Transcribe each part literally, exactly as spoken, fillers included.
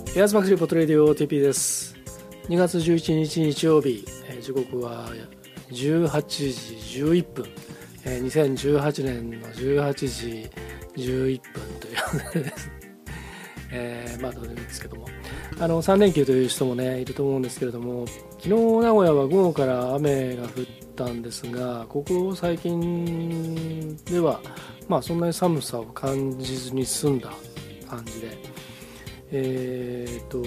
エアーズマックスリーポットレディオ オーティーピー です。にがつじゅういちにち日曜日、えー、時刻はじゅうはちじじゅういっぷん、えー、にせんじゅうはちねんのじゅうはちじじゅういっぷんということでですね、えー、まあどうでもいいんですけども、あのさん連休という人もねいると思うんですけれども、昨日名古屋は午後から雨が降ったんですが、ここ最近ではまあそんなに寒さを感じずに済んだ感じで、えーと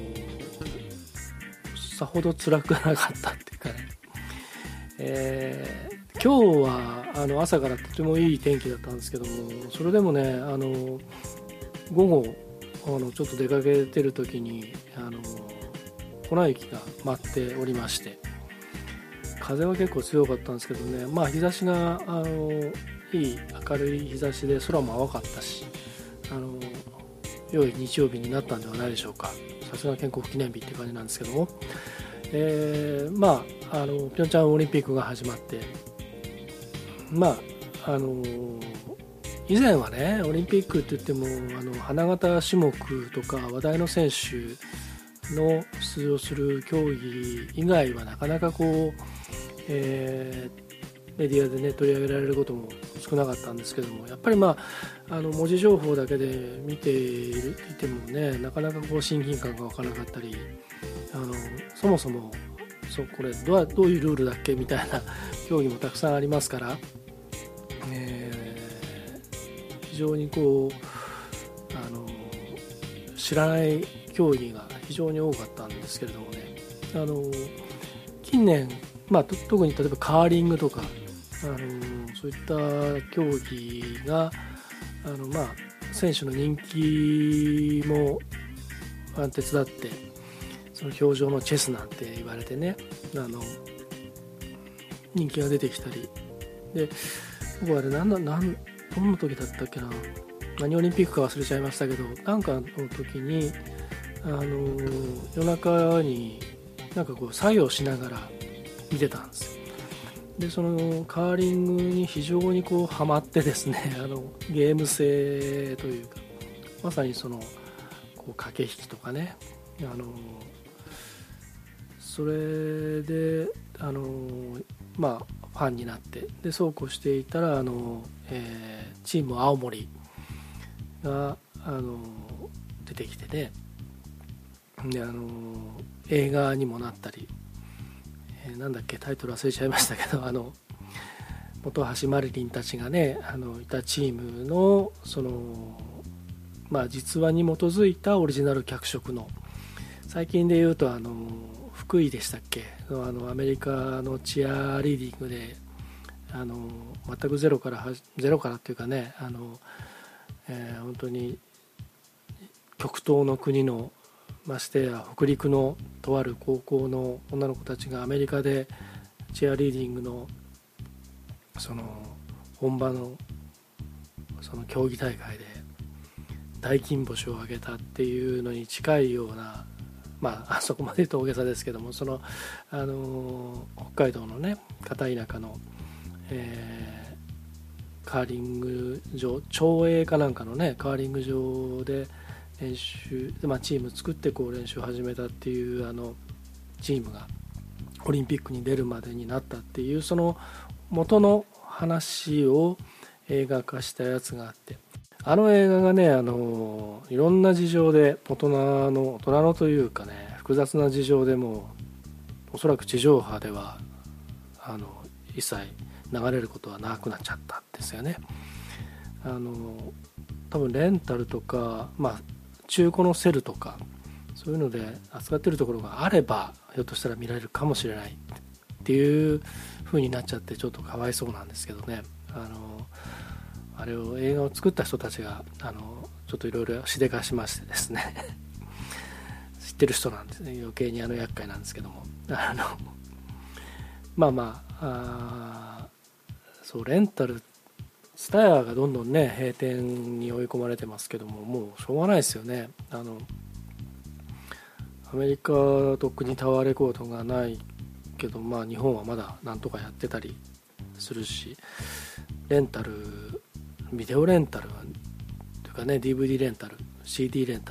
さほど辛くなかったっていうかね、えー、今日はあの朝からとてもいい天気だったんですけども、それでもね、あの午後あのちょっと出かけてる時にあの粉雪が舞っておりまして、風は結構強かったんですけどね、まあ日差しがあのいい明るい日差しで空も青かったし、あの良い日曜日になったんではないでしょうか。さすが建国記念日って感じなんですけども、えー、まああのピョンチャンオリンピックが始まって、まああの以前はねオリンピックって言ってもあの花形種目とか話題の選手の出場する競技以外はなかなかこう、えーメディアでね取り上げられることも少なかったんですけども、やっぱりまああの文字情報だけで見ているいてもね、なかなかこう親近感が湧かなかったり、あのそもそもそうこれどう、どういうルールだっけみたいな競技もたくさんありますから、えー、非常にこうあの知らない競技が非常に多かったんですけれどもね、あの近年、まあ、特に例えばカーリングとかあのそういった競技があの、まあ、選手の人気も手伝って、その表情のチェスなんて言われてね、あの人気が出てきたりで、僕はあれ何だ何どんな時だったっけな、何オリンピックか忘れちゃいましたけど、なんかの時にあの夜中になんかこう作業しながら見てたんですよ。でそのカーリングに非常にこうハマってですね、あのゲーム性というか、まさにそのこう駆け引きとかね、あのそれであのまあファンになって、でそうこうしていたらあの、えー、チーム青森があの出てきてね、であの映画にもなったり、なんだっけタイトル忘れちゃいましたけど、あの本橋マリリンたちがねあのいたチームのその、まあ、実話に基づいたオリジナル脚色の、最近で言うとあの福井でしたっけ、あのアメリカのチアリーディングであの全くゼロからゼロからっていうかね、あの、えー、本当に極東の国のましてや北陸のとある高校の女の子たちがアメリカでチアリーディングのその本場のその競技大会で大金星を挙げたっていうのに近いような、まああそこまで言うと大げさですけども、そのあの北海道のね片田舎の、えー、カーリング場、町営かなんかのねカーリング場で練習、まあ、チーム作ってこう練習を始めたっていうあのチームがオリンピックに出るまでになったっていう、その元の話を映画化したやつがあって、あの映画がねあのいろんな事情で大人の大人のというかね複雑な事情でもおそらく地上波ではあの一切流れることはなくなっちゃったんですよね。あの多分レンタルとか、まあ中古のセルとかそういうので扱ってるところがあればひょっとしたら見られるかもしれないっていう風になっちゃって、ちょっとかわいそうなんですけどね、あのあれを映画を作った人たちがあのちょっといろいろしでかしましてですね知ってる人なんですね、余計にあの厄介なんですけども、あのまあまあ、あそうレンタルツタヤがどんどんね閉店に追い込まれてますけども、もうしょうがないですよね。あのアメリカとっくにタワーレコードがないけど、まあ日本はまだなんとかやってたりするし、レンタルビデオレンタルというかね ディーブイディー レンタル シーディー レンタル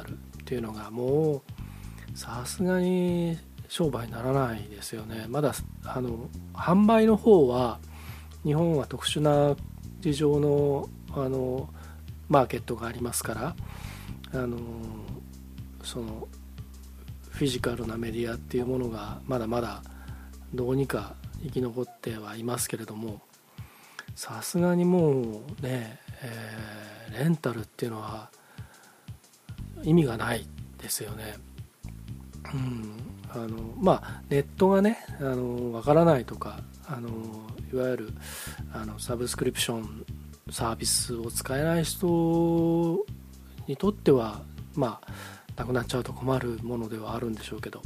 っていうのがもうさすがに商売にならないですよね。まだあの販売の方は日本は特殊な事情のあのマーケットがありますから、あのそのフィジカルなメディアっていうものがまだまだどうにか生き残ってはいますけれども、さすがにもうね、えー、レンタルっていうのは意味がないですよね。うん、あのまあネットがねあのわからないとか、あのいわゆるあのサブスクリプションサービスを使えない人にとってはまあなくなっちゃうと困るものではあるんでしょうけど、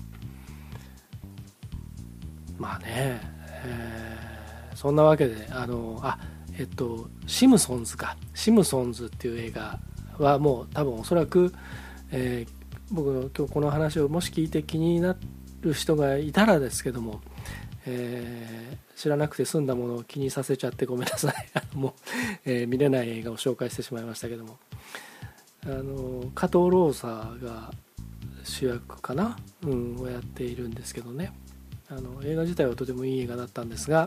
まあね、えー、そんなわけであのあえっとシムソンズかシムソンズっていう映画はもう多分おそらく、えー、僕の今日この話をもし聞いて気になる人がいたらですけども、えー、知らなくて済んだものを気にさせちゃってごめんなさいもう、えー、見れない映画を紹介してしまいましたけども、あの加藤ローサが主役かな、うん、をやっているんですけどね、あの映画自体はとてもいい映画だったんですが、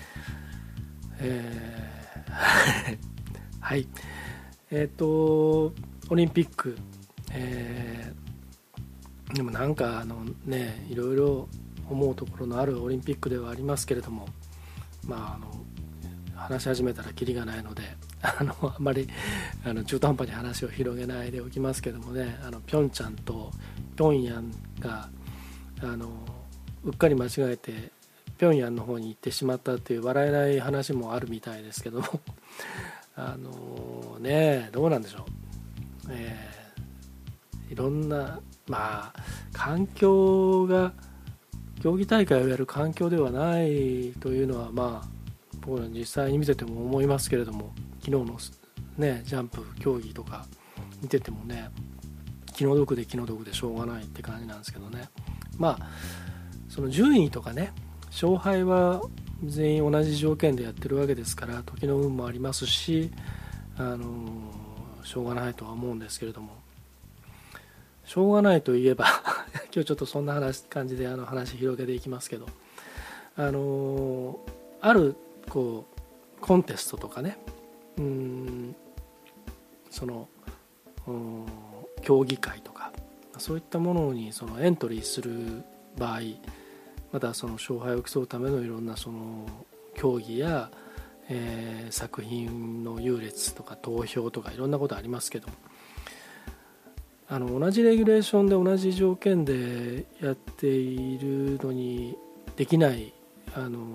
えー、はいえっ、ー、とオリンピック、えー、でもなんかあのねいろいろ思うところのあるオリンピックではありますけれども、まああの話し始めたらキリがないのであのあんまりあの中途半端に話を広げないでおきますけどもね、あのピョンチャンとピョンヤンがあのうっかり間違えてピョンヤンの方に行ってしまったという笑えない話もあるみたいですけどもあのねどうなんでしょう、えー、いろんなまあ環境が競技大会をやる環境ではないというのはまあ僕ら実際に見てても思いますけれども、昨日のねジャンプ競技とか見ててもね気の毒で気の毒でしょうがないって感じなんですけどね、まあその順位とかね勝敗は全員同じ条件でやってるわけですから時の運もありますし、あのしょうがないとは思うんですけれども、しょうがないといえば今日ちょっとそんな話感じであの話広げていきますけど、あのあるこうコンテストとかね、うーんその競技会とかそういったものにそのエントリーする場合、またその勝敗を競うためのいろんなその競技や、えー、作品の優劣とか投票とかいろんなことありますけど、あの同じレギュレーションで同じ条件でやっているのにできないあの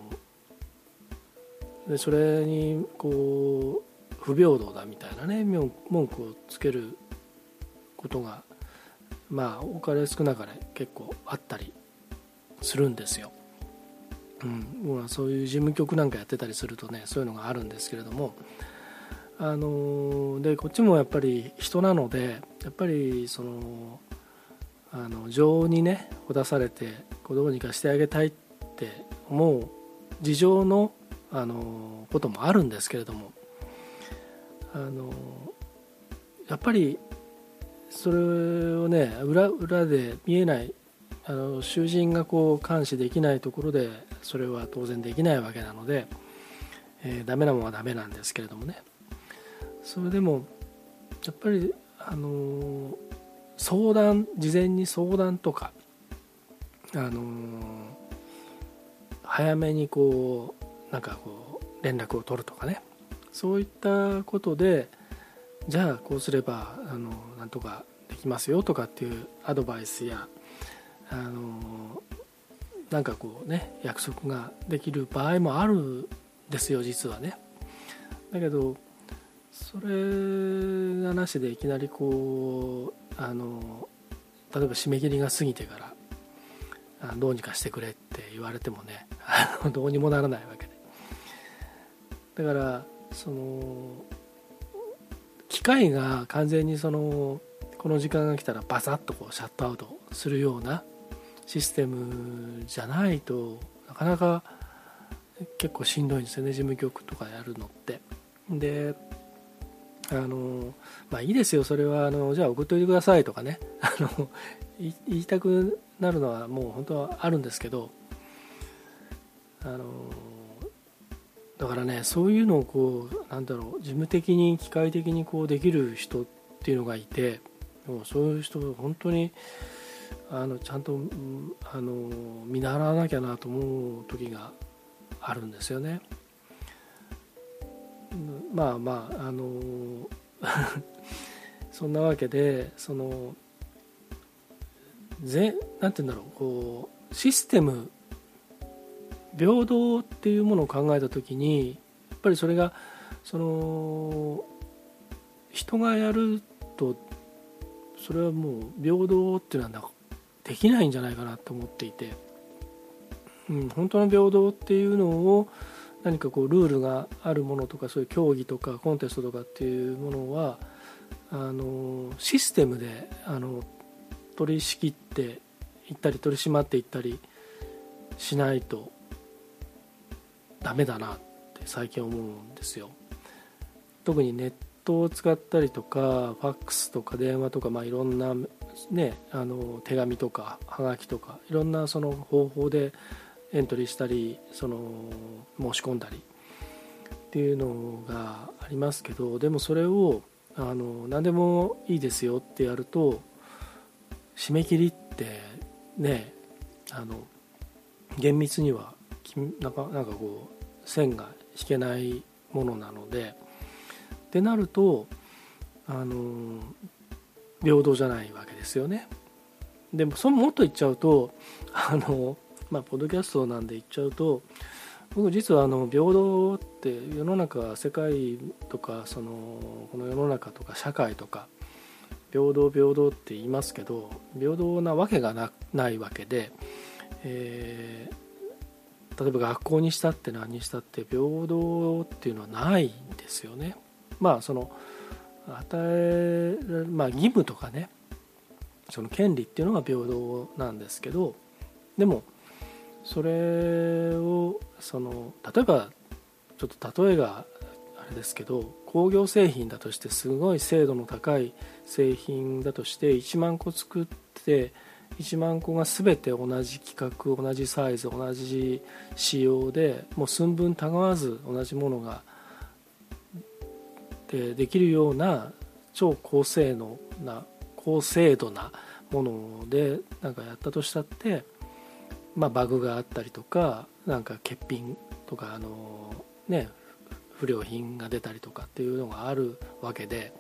でそれにこう不平等だみたいなね文句をつけることがまあ多かれ少なかれ結構あったりするんですよ、うん、そういう事務局なんかやってたりするとねそういうのがあるんですけれども、あのでこっちもやっぱり人なのでやっぱりそのあの情にねほだされてこうどうにかしてあげたいって思う事情のあのこともあるんですけれども、あのやっぱりそれをね 裏, 裏で見えないあの囚人がこう監視できないところでそれは当然できないわけなので、えー、ダメなものはダメなんですけれどもね、それでもやっぱりあの相談事前に相談とかあの早めにこうなんかこう連絡を取るとかね、そういったことでじゃあこうすればあのなんとかできますよとかっていうアドバイスやあのなんかこうね約束ができる場合もあるんですよ実はね。だけどそれがなしでいきなりこうあの例えば締め切りが過ぎてからどうにかしてくれって言われてもねどうにもならないわけで、だからその機械が完全にそのこの時間が来たらバサッとこうシャットアウトするようなシステムじゃないとなかなか結構しんどいんですよね、事務局とかやるのって。であのまあいいですよそれは、あのじゃあ送っておいてくださいとかねあの言いたくなるのはもう本当はあるんですけど、あのだからね、そういうのをこうなんだろう、事務的に機械的にこうできる人っていうのがいて、もうそういう人本当にあのちゃんとあの見習わなきゃなと思う時があるんですよね。まあまああのそんなわけで、そのぜなんて言うんだろう、こうシステム平等っていうものを考えたときに、やっぱりそれがその人がやるとそれはもう平等っていうのはできないんじゃないかなと思っていて、うん、本当の平等っていうのを何かこうルールがあるものとか、そういう競技とかコンテストとかっていうものはあのシステムであの取り仕切っていったり取り締まっていったりしないとダメだなって最近思うんですよ。特にネットを使ったりとかファックスとか電話とか、まあ、いろんな、ね、あの手紙とかはがきとかいろんなその方法でエントリーしたりその申し込んだりっていうのがありますけど、でもそれをあの何でもいいですよってやると締め切りってね、あの厳密にはなんか、なんかこう線が引けないものなので、ってなるとあの平等じゃないわけですよね。でもそのもっと言っちゃうとあのまあポッドキャストなんで言っちゃうと、僕実はあの平等って世の中世界とかそのこの世の中とか社会とか平等平等って言いますけど、平等なわけが な, ないわけで、えー、例えば学校にしたって何にしたって平等っていうのはないんですよね。まあその与えられる、まあ、義務とかね、その権利っていうのが平等なんですけど、でもそれをその例えばちょっと例えがあれですけど、工業製品だとしてすごい精度の高い製品だとしていちまんこ作っていちまんこが全て同じ規格同じサイズ同じ仕様でもう寸分たがわず同じものがでできるような超高性能な高精度なものでなんかやったとしたって、まあ、バグがあったりとかなんか欠品とかあのね不良品が出たりとかっていうのがあるわけで、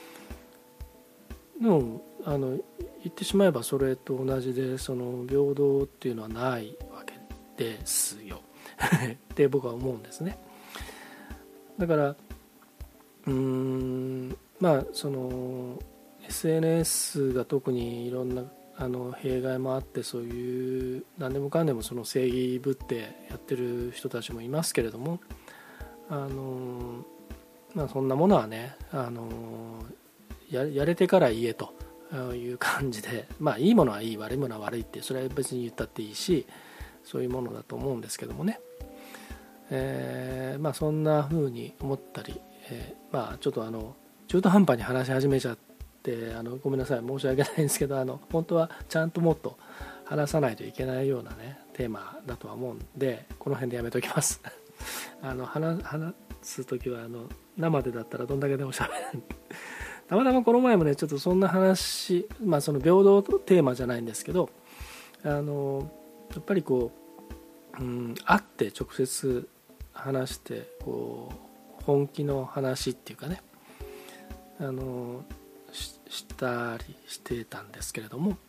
でもあの言ってしまえばそれと同じで、その平等っていうのはないわけですよって僕は思うんですね。だからうーんまあその エスエヌエス が特にいろんなあの弊害もあって、そういう何でもかんでもその正義ぶってやってる人たちもいますけれども、あのまあ、そんなものはね、あの や, やれてから言えという感じで、まあいいものはいい悪いものは悪いって、それは別に言ったっていいし、そういうものだと思うんですけどもね、えーまあ、そんな風に思ったり、えーまあ、ちょっとあの中途半端に話し始めちゃってあのごめんなさい、申し訳ないんですけど、あの本当はちゃんともっと話さないといけないようなねテーマだとは思うんで、この辺でやめときますあの 話, 話すときはあの生でだったらどんだけでもしゃべるたまたまこの前もねちょっとそんな話、まあその平等テーマじゃないんですけど、あのやっぱりこう、うん、会って直接話してこう本気の話っていうかね、あの し, したりしてたんですけれども、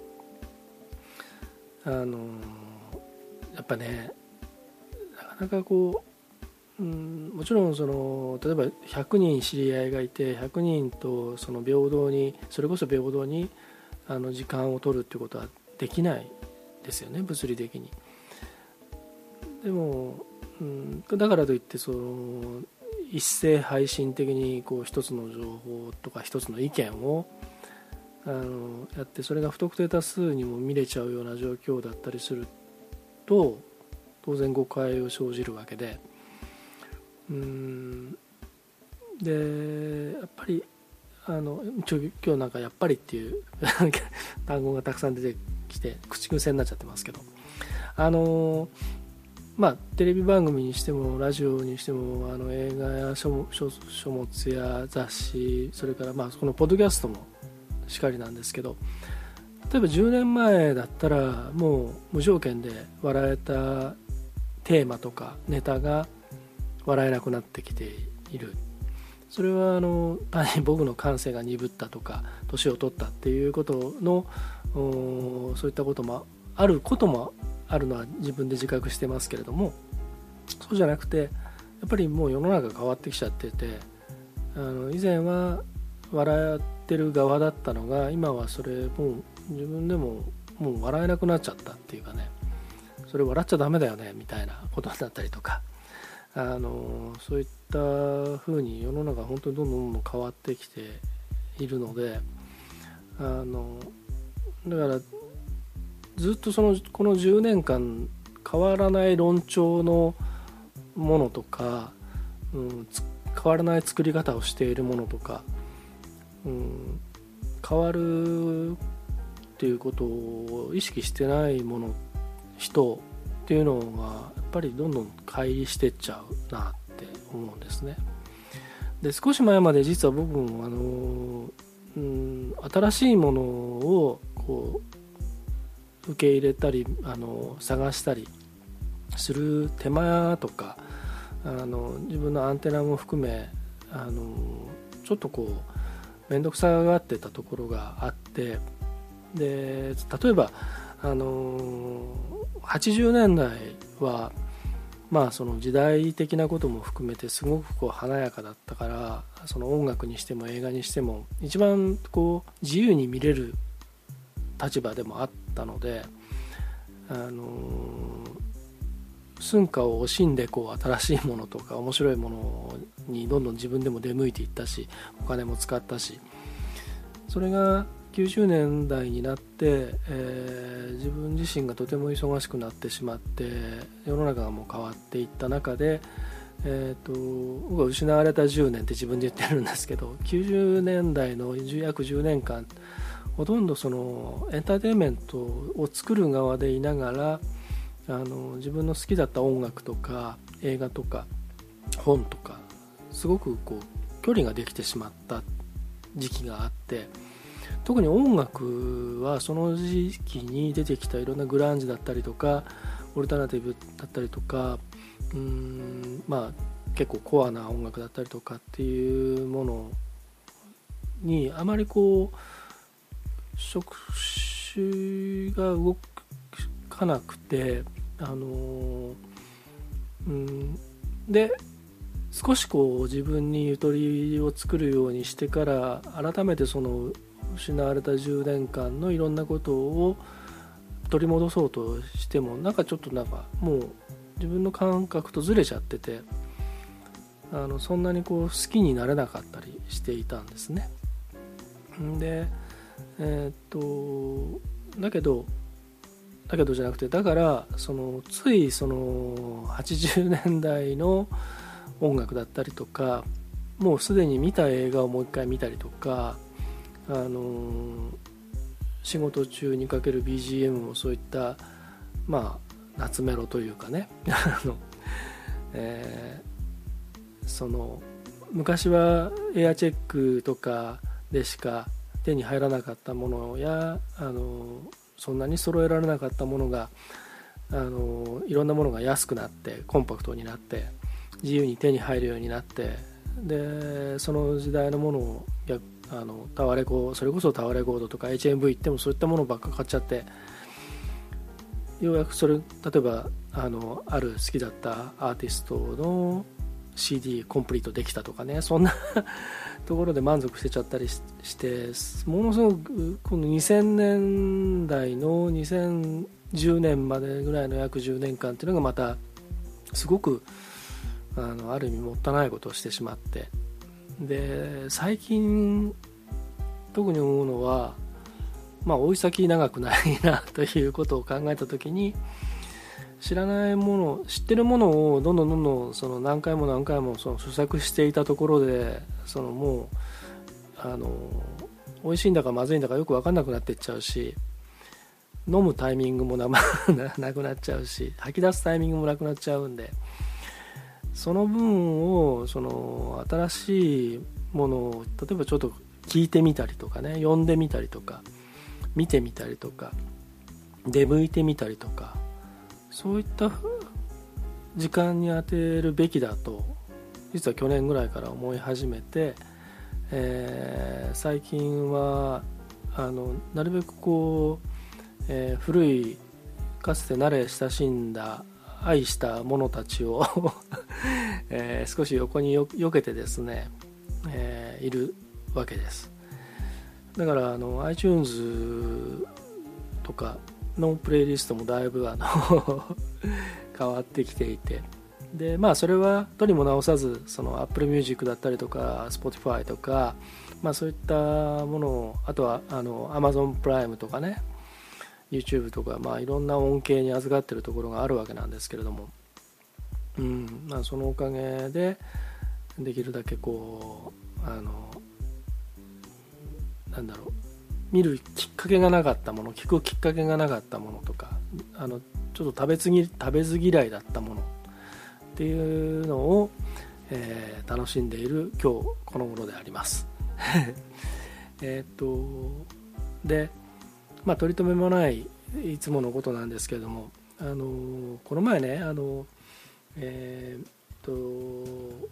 あのやっぱねなかなかこう、うん、もちろんその例えばひゃくにん知り合いがいてひゃくにんとその平等にそれこそ平等にあの時間を取るっていうことはできないですよね、物理的に。でも、うん、だからといってその一斉配信的にこう一つの情報とか一つの意見をあのやって、それが不特定多数にも見れちゃうような状況だったりすると当然誤解を生じるわけで、うーんでやっぱりあのちょ今日なんかやっぱりっていう単語がたくさん出てきて口癖になっちゃってますけど、あのまあテレビ番組にしてもラジオにしてもあの映画や書, 書, 書物や雑誌、それからまあこのポッドキャストもしかりなんですけど、例えばじゅうねんまえだったらもう無条件で笑えたテーマとかネタが笑えなくなってきている。それはあの単に僕の感性が鈍ったとか年を取ったっていうことのそういったこともあることもあるのは自分で自覚してますけれども、そうじゃなくてやっぱりもう世の中が変わってきちゃってて、あの以前は笑ってる側だったのが今はそれもう自分でももう笑えなくなっちゃったっていうかね、それ笑っちゃダメだよねみたいなことになったりとか、あのそういった風に世の中本当にどんどんどんどん変わってきているので、あのだからずっとそのこのじゅうねんかん変わらない論調のものとか、うん、変わらない作り方をしているものとか、うん、変わるっていうことを意識してないもの人っていうのがやっぱりどんどん乖離してっちゃうなって思うんですね。で少し前まで実は僕もあの、うん、新しいものをこう受け入れたりあの探したりする手間とか、あの自分のアンテナも含めあのちょっとこう面倒くさがってたところがあって、で例えばあのはちじゅうねんだいはまあその時代的なことも含めてすごくこう華やかだったから、その音楽にしても映画にしても一番こう自由に見れる立場でもあったので、あの寸暇を惜しんでこう新しいものとか面白いものにどんどん自分でも出向いていったし、お金も使ったし、それがきゅうじゅうねんだいになって、えー、自分自身がとても忙しくなってしまって世の中がもう変わっていった中で、えーと、僕は失われたじゅうねんって自分で言ってるんですけど、きゅうじゅうねんだいの約じゅうねんかんほとんどそのエンターテインメントを作る側でいながら、あの自分の好きだった音楽とか映画とか本とかすごくこう距離ができてしまった時期があって、特に音楽はその時期に出てきたいろんなグランジだったりとかオルタナティブだったりとか、うーんまあ結構コアな音楽だったりとかっていうものにあまりこう触手が動かなくて、あのうんで少しこう自分にゆとりを作るようにしてから改めてその失われたじゅうねんかんのいろんなことを取り戻そうとしてもなんかちょっとなんかもう自分の感覚とずれちゃってて、あのそんなにこう好きになれなかったりしていたんですね。でえー、っとだけどだけどじゃなくてだからそのついそのはちじゅうねんだいの音楽だったりとか、もうすでに見た映画をもう一回見たりとか、あの仕事中にかける ビージーエム もそういったまあ夏メロというかねあの、えー、その昔はエアチェックとかでしか手に入らなかったものや、あのそんなに揃えられなかったものが、あのいろんなものが安くなってコンパクトになって自由に手に入るようになって、でその時代のものをあのタワレコそれこそタワレコードとか エイチエムブイ 行ってもそういったものばっか買っちゃって、ようやくそれ例えばあのある好きだったアーティストの シーディー コンプリートできたとかね、そんなところで満足してちゃったりしてものすごくこのにせんねんだいのにせんじゅうねんまでぐらいの約じゅうねんかんっていうのがまたすごくあのある意味もったいないことをしてしまって、で最近特に思うのは、まあ追い先長くないなということを考えたときに、 知らないもの、知ってるものをどんどんどんどんその何回も何回もその咀嚼していたところで、そのもうあの美味しいんだかまずいんだかよく分かんなくなっていっちゃうし、飲むタイミングも な, なくなっちゃうし、吐き出すタイミングもなくなっちゃうんで、その分をその新しいものを例えばちょっと聞いてみたりとかね、読んでみたりとか見てみたりとか出向いてみたりとか、そういった時間に当てるべきだと実は去年ぐらいから思い始めて、えー、最近はあのなるべくこう、えー、古いかつて慣れ親しんだ愛した者たちを、えー、少し横によ避けてですね、えー、いるわけです。だからあの iTunes とかのプレイリストもだいぶあの変わってきていて、でまあそれはとりも直さずその Apple Music だったりとか Spotify とか、まあそういったものを、あとはあの Amazon プライムとかね YouTube とか、まあいろんな恩恵に預かっているところがあるわけなんですけれども、うんまあ、そのおかげでできるだけこうあのなんだろう、見るきっかけがなかったもの、聞くきっかけがなかったものとか、あのちょっと食べずぎ食べず嫌いだったものっていうのを、えー、楽しんでいる今日この頃でありますえっとで、まあ取り留めもないいつものことなんですけれども、あのこの前ね、あのえー、っと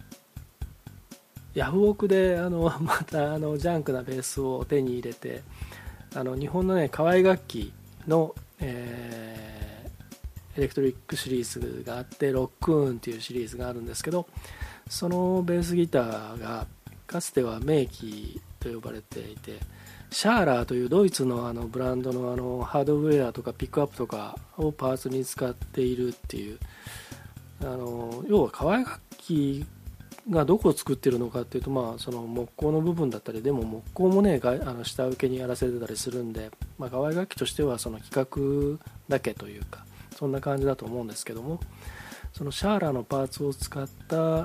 ヤフオクであのまたあのジャンクなベースを手に入れて、あの日本のね河合楽器の、えー、エレクトリックシリーズがあって、ロックーンっていうシリーズがあるんですけど、そのベースギターがかつては名機と呼ばれていて、シャーラーというドイツのあのブランドのあのハードウェアとかピックアップとかをパーツに使っているっていう、あの要は河合楽器がどこを作ってるのかっていうと、まあ、その木工の部分だったり、でも木工もねあの下請けにやらせてたりするんで、まあ、河合楽器としてはその企画だけというかそんな感じだと思うんですけども、そのシャーラーのパーツを使った、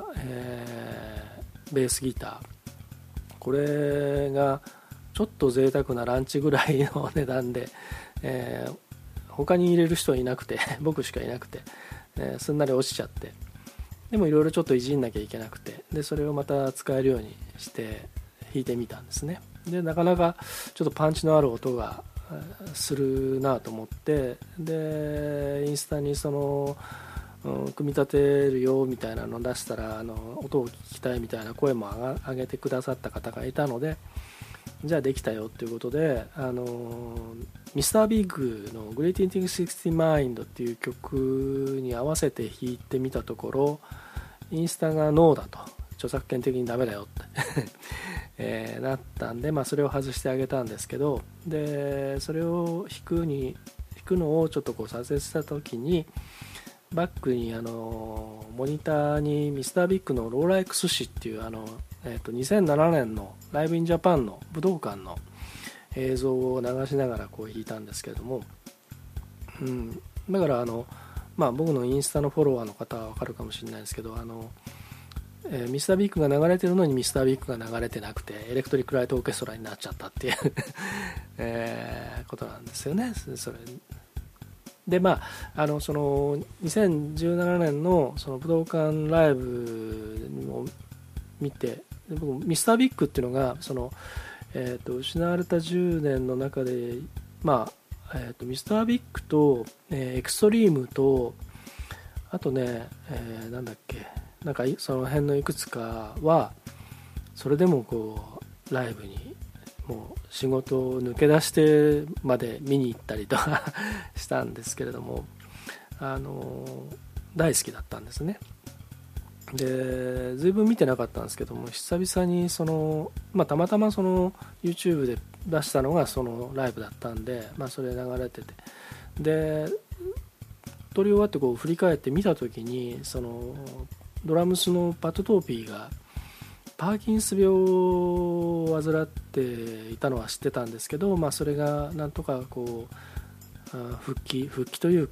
えー、ベースギター、これがちょっと贅沢なランチぐらいの値段で、えー、他に入れる人はいなくて僕しかいなくて、えー、すんなり落ちちゃって、でもいろいろちょっといじんなきゃいけなくて、でそれをまた使えるようにして弾いてみたんですね。でなかなかちょっとパンチのある音がするなと思って、でインスタにその、うん、組み立てるよみたいなのを出したら、あの音を聞きたいみたいな声も上げてくださった方がいたので、じゃあできたよということで、あのミスタービッグの Great Into sixty Mind っていう曲に合わせて弾いてみたところ、インスタがノーだと、著作権的にダメだよってえー、なったんで、まあ、それを外してあげたんですけど、でそれを弾くに弾くのをちょっとこう撮影した時に、バックにあのモニターにミスタービッグのローライクスシっていうあの、えー、とにせんななねんのライブインジャパンの武道館の映像を流しながらこう弾いたんですけれども、うん、だからあの、まあ、僕のインスタのフォロワーの方は分かるかもしれないですけど、あの、えー、ミスタービッグが流れてるのにミスタービッグが流れてなくてエレクトリックライトオーケストラになっちゃったっていうえー、ことなんですよね。それでまあ、あのそのにせんじゅうななねんのその武道館ライブを見て、で僕ミスタービッグっていうのがその、えー、と失われたじゅうねんの中で、まあえー、とミスタービッグと、えー、エクストリームと、あとね、えー、なんだっけ、なんかその辺のいくつかはそれでもこうライブにもう仕事を抜け出してまで見に行ったりとかしたんですけれども、あの大好きだったんですね。で随分見てなかったんですけども、久々にその、まあ、たまたまその YouTube で出したのがそのライブだったんで、まあ、それ流れてて、で撮り終わってこう振り返って見た時に、そのドラムスのパット・トーピーがパーキンス病を患っていたのは知ってたんですけど、まあ、それがなんとかこう復帰復帰というか、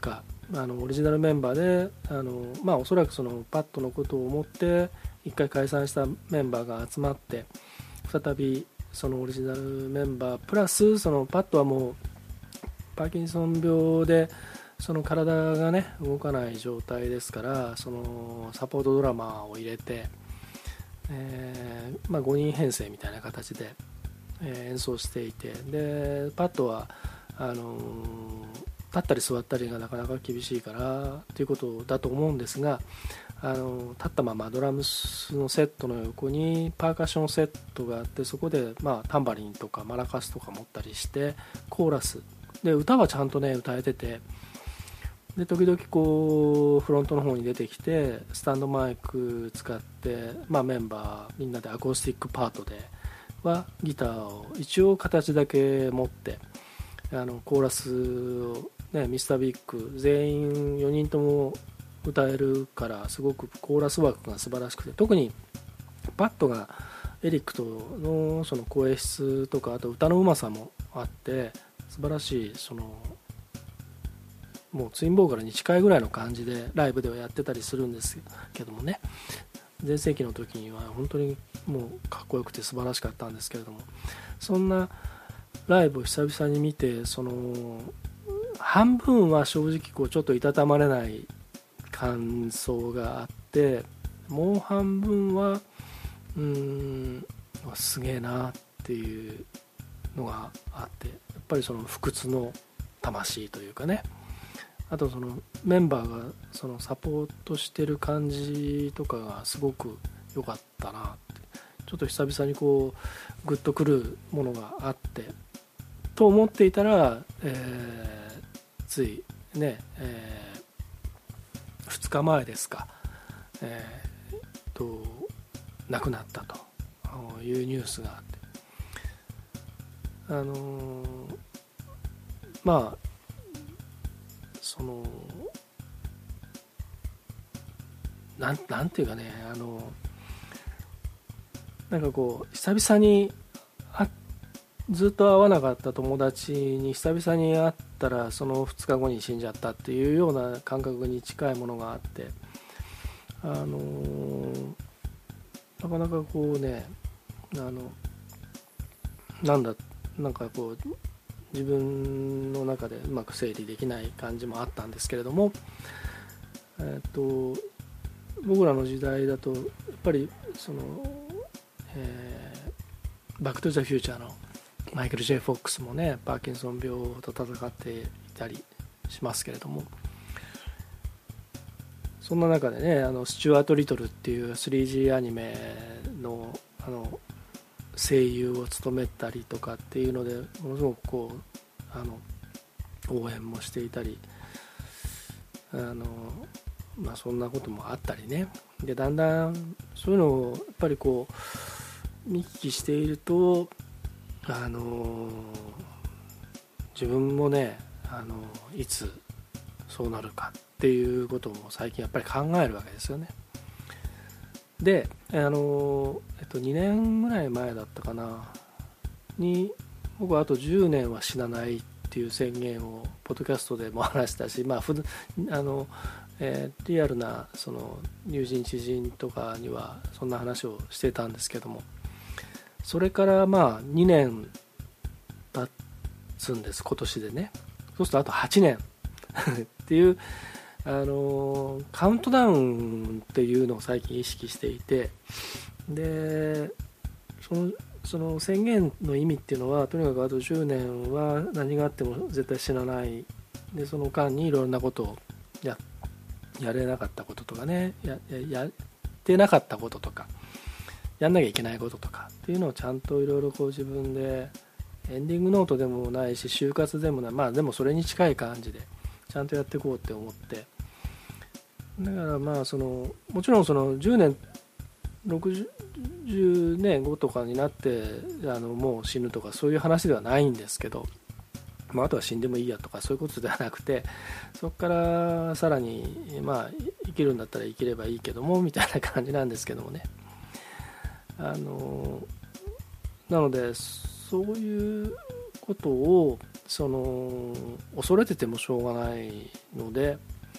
あのオリジナルメンバーであの、まあ、おそらくそのパッドのことを思って一回解散したメンバーが集まって再びそのオリジナルメンバープラスそのパッドはもうパーキンソン病でその体がね動かない状態ですからそのサポートドラマーを入れて、えーまあ、ごにん編成みたいな形で、えー演奏していてでパッドはあのー立ったり座ったりがなかなか厳しいからということだと思うんですがあの立ったままドラムスのセットの横にパーカッションセットがあってそこで、まあ、タンバリンとかマラカスとか持ったりしてコーラスで歌はちゃんとね歌えててで時々こうフロントの方に出てきてスタンドマイク使って、まあ、メンバーみんなでアコースティックパートではギターを一応形だけ持ってあのコーラスを、ね、ミスタービッグ全員よにんとも歌えるからすごくコーラスワークが素晴らしくて特にパッドがエリックとのその声質とかあと歌のうまさもあって素晴らしいそのもうツインボーカルに近いぐらいの感じでライブではやってたりするんですけどもね全盛期の時には本当にもうかっこよくて素晴らしかったんですけれどもそんなライブを久々に見てその半分は正直こうちょっといたたまれない感想があってもう半分はうーんすげえなっていうのがあってやっぱりその不屈の魂というかねあとそのメンバーがそのサポートしてる感じとかがすごく良かったなってちょっと久々にこうグッとくるものがあってと思っていたら、えー、ついね、えー、ふつかまえですか、えー、と亡くなったというニュースがあってあのー、まあそのなん、なんていうかねあのなんかこう久々にあずっと会わなかった友達に久々に会ったらそのふつかごに死んじゃったっていうような感覚に近いものがあってあのなかなかこうねあのなんだなんかこう自分の中でうまく整理できない感じもあったんですけれども、えー、と僕らの時代だとやっぱりその、えー、バック・トゥ・ザ・フューチャーのマイケル・ジェイ・フォックスもねパーキンソン病と闘っていたりしますけれどもそんな中でねあのスチュワート・リトルっていう スリージー アニメのあの声優を務めたりとかっていうのでものすごくこうあの応援もしていたりあの、まあ、そんなこともあったりねでだんだんそういうのをやっぱりこう見聞きしているとあの自分もねあのいつそうなるかっていうことも最近やっぱり考えるわけですよね。であの、えっと、にねんぐらい前だったかなに僕はあとじゅうねんは死なないっていう宣言をポッドキャストでも話したし、まあ、ふあのえー、リアルなその友人知人とかにはそんな話をしてたんですけどもそれからまあにねん経つんです今年でねそうするとあとはちねんっていうあのカウントダウンっていうのを最近意識していてでその、その宣言の意味っていうのはとにかくあとじゅうねんは何があっても絶対死なないでその間にいろんなことを や, やれなかったこととかね や, やってなかったこととかやんなきゃいけないこととかっていうのをちゃんといろいろこう自分でエンディングノートでもないし就活でもないまあでもそれに近い感じでちゃんとやっていこうって思ってだからまあそのもちろんそのじゅうねんろくじゅうねんごとかになってあのもう死ぬとかそういう話ではないんですけど、まあ、あとは死んでもいいやとかそういうことではなくてそこからさらにまあ生きるんだったら生きればいいけどもみたいな感じなんですけどもねあのなのでそういうことをその恐れててもしょうがないので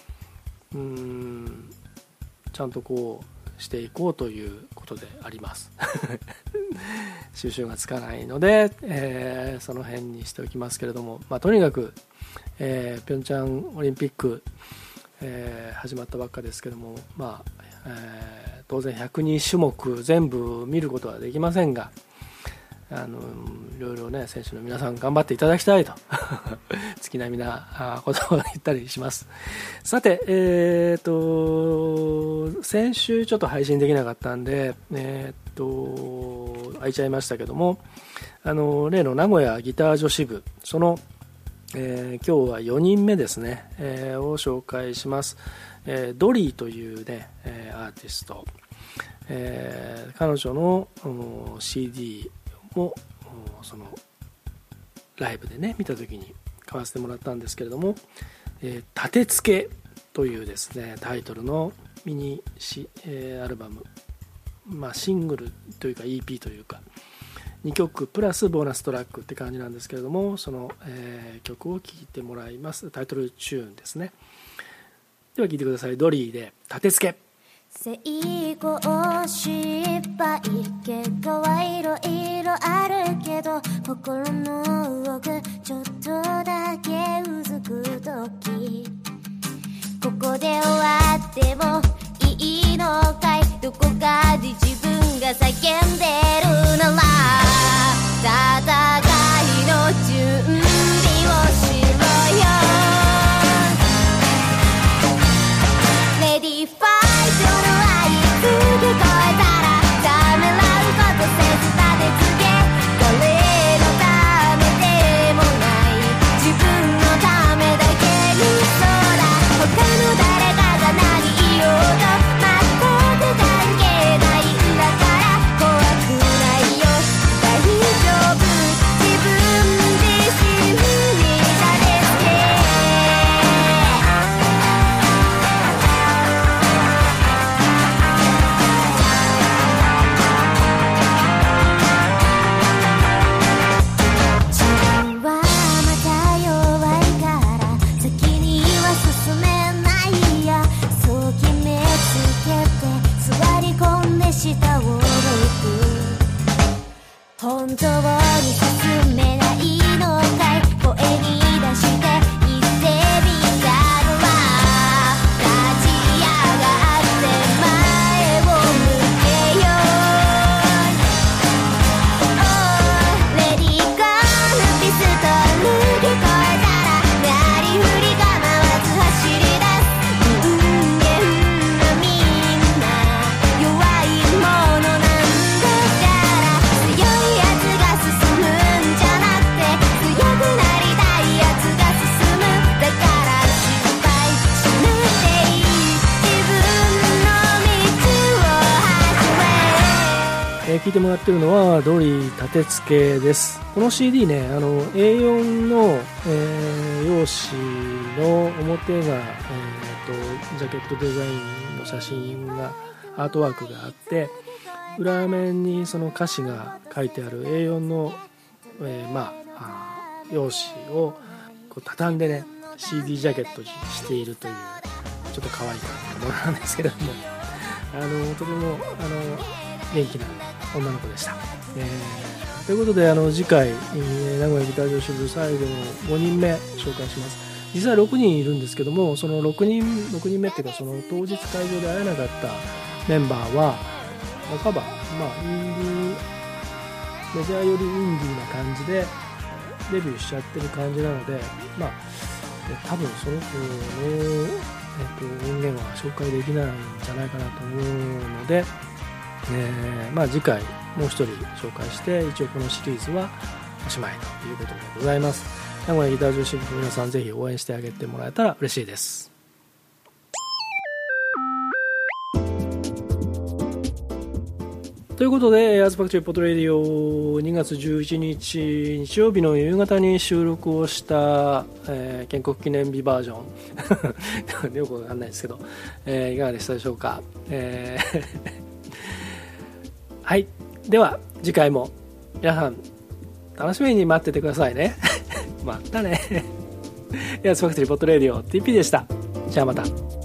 うーんちゃんとこうしていこうということであります収集がつかないので、えー、その辺にしておきますけれども、まあ、とにかく、えー、ピョンチャンオリンピック、えー、始まったばっかですけども、まあえー、当然ひゃくに種目全部見ることはできませんが、あのいろいろね選手の皆さん頑張っていただきたいと月並みなことを言ったりします。さて、えー、と先週ちょっと配信できなかったんで、えー、と空いちゃいましたけども、あの例の名古屋ギター女子部、その、えー、今日はよにんめですね、えー、を紹介します。えー、ドリーというね、えー、アーティスト、えー、彼女の シーディーもそのライブでね見た時に買わせてもらったんですけれども、えー、立て付けというですねタイトルのミニシ、えー、アルバム、まあ、シングルというか イーピー というかにきょくプラスボーナストラックって感じなんですけれども、その、えー、曲を聴いてもらいます。タイトルチューンですね。では聴いてください。ドリーで立て付け。 成功失敗結果はいろいろあるけど、心の奥ちょっとだけうずく時、ここで終わってもいいのかい、どこかで自分が叫んでるなら、戦いの準備をしろよ。 Ready Fight の合図聞こえたらためらうことせず立て付け、誰のためでもない自分のためだけに、そうだ他の誰かが何言おうと全く関係ないんだから、怖くないよ大丈夫、自分自身に立て付け。自分はまた弱いから先には進めないや、そう決めつけて座り込んで下を向く、本当に進めないのかい、声に出して言ってみたら、立ち上がって前を向けよう。 Oh, Ready Go のピストル聞こえたらなりふり構わず走り出す、人間はみんな弱いものなんだから、強いやつが進むんじゃなくて強くなりたいやつが進む、だから失敗しなくていい、自分の道を始め。 えー、聞いてもらってるのはドリー立て付けです。この シーディー ね、あの エーよん の、えー、用紙の表が、えー、とジャケットデザインの写真がアートワークがあって、裏面にその歌詞が書いてある エーよん の、えー、まああ用紙をこう畳んでね シーディー ジャケットにしているというちょっと可愛い感じのものなんですけれども、あのとてもあの元気な女の子でした。えー、ということであの次回、えー、名古屋ギター女子部最後のごにんめ紹介します。実際ろくにんいるんですけども、そのろくにんろくにんめっていうか、その当日会場で会えなかったメンバーは半ば、まあ、インディーメジャーよりインディーな感じでデビューしちゃってる感じなので、まあ多分その子の、えっと、音源は紹介できないんじゃないかなと思うので、えーまあ、次回もう一人紹介して一応このシリーズはおしまいということでございます。名古屋ギター女子部の皆さん、ぜひ応援してあげてもらえたら嬉しいです。ということで、アーズファクトリーポッドレディオにがつじゅういちにち日曜日の夕方に収録をした、えー、建国記念日バージョンよくわかんないですけど、えー、いかがでしたでしょうか。えーはい、では次回も皆さん楽しみに待っててくださいねまたねアーズファクトリーポッドレディオ ティーピー でした。じゃあまた。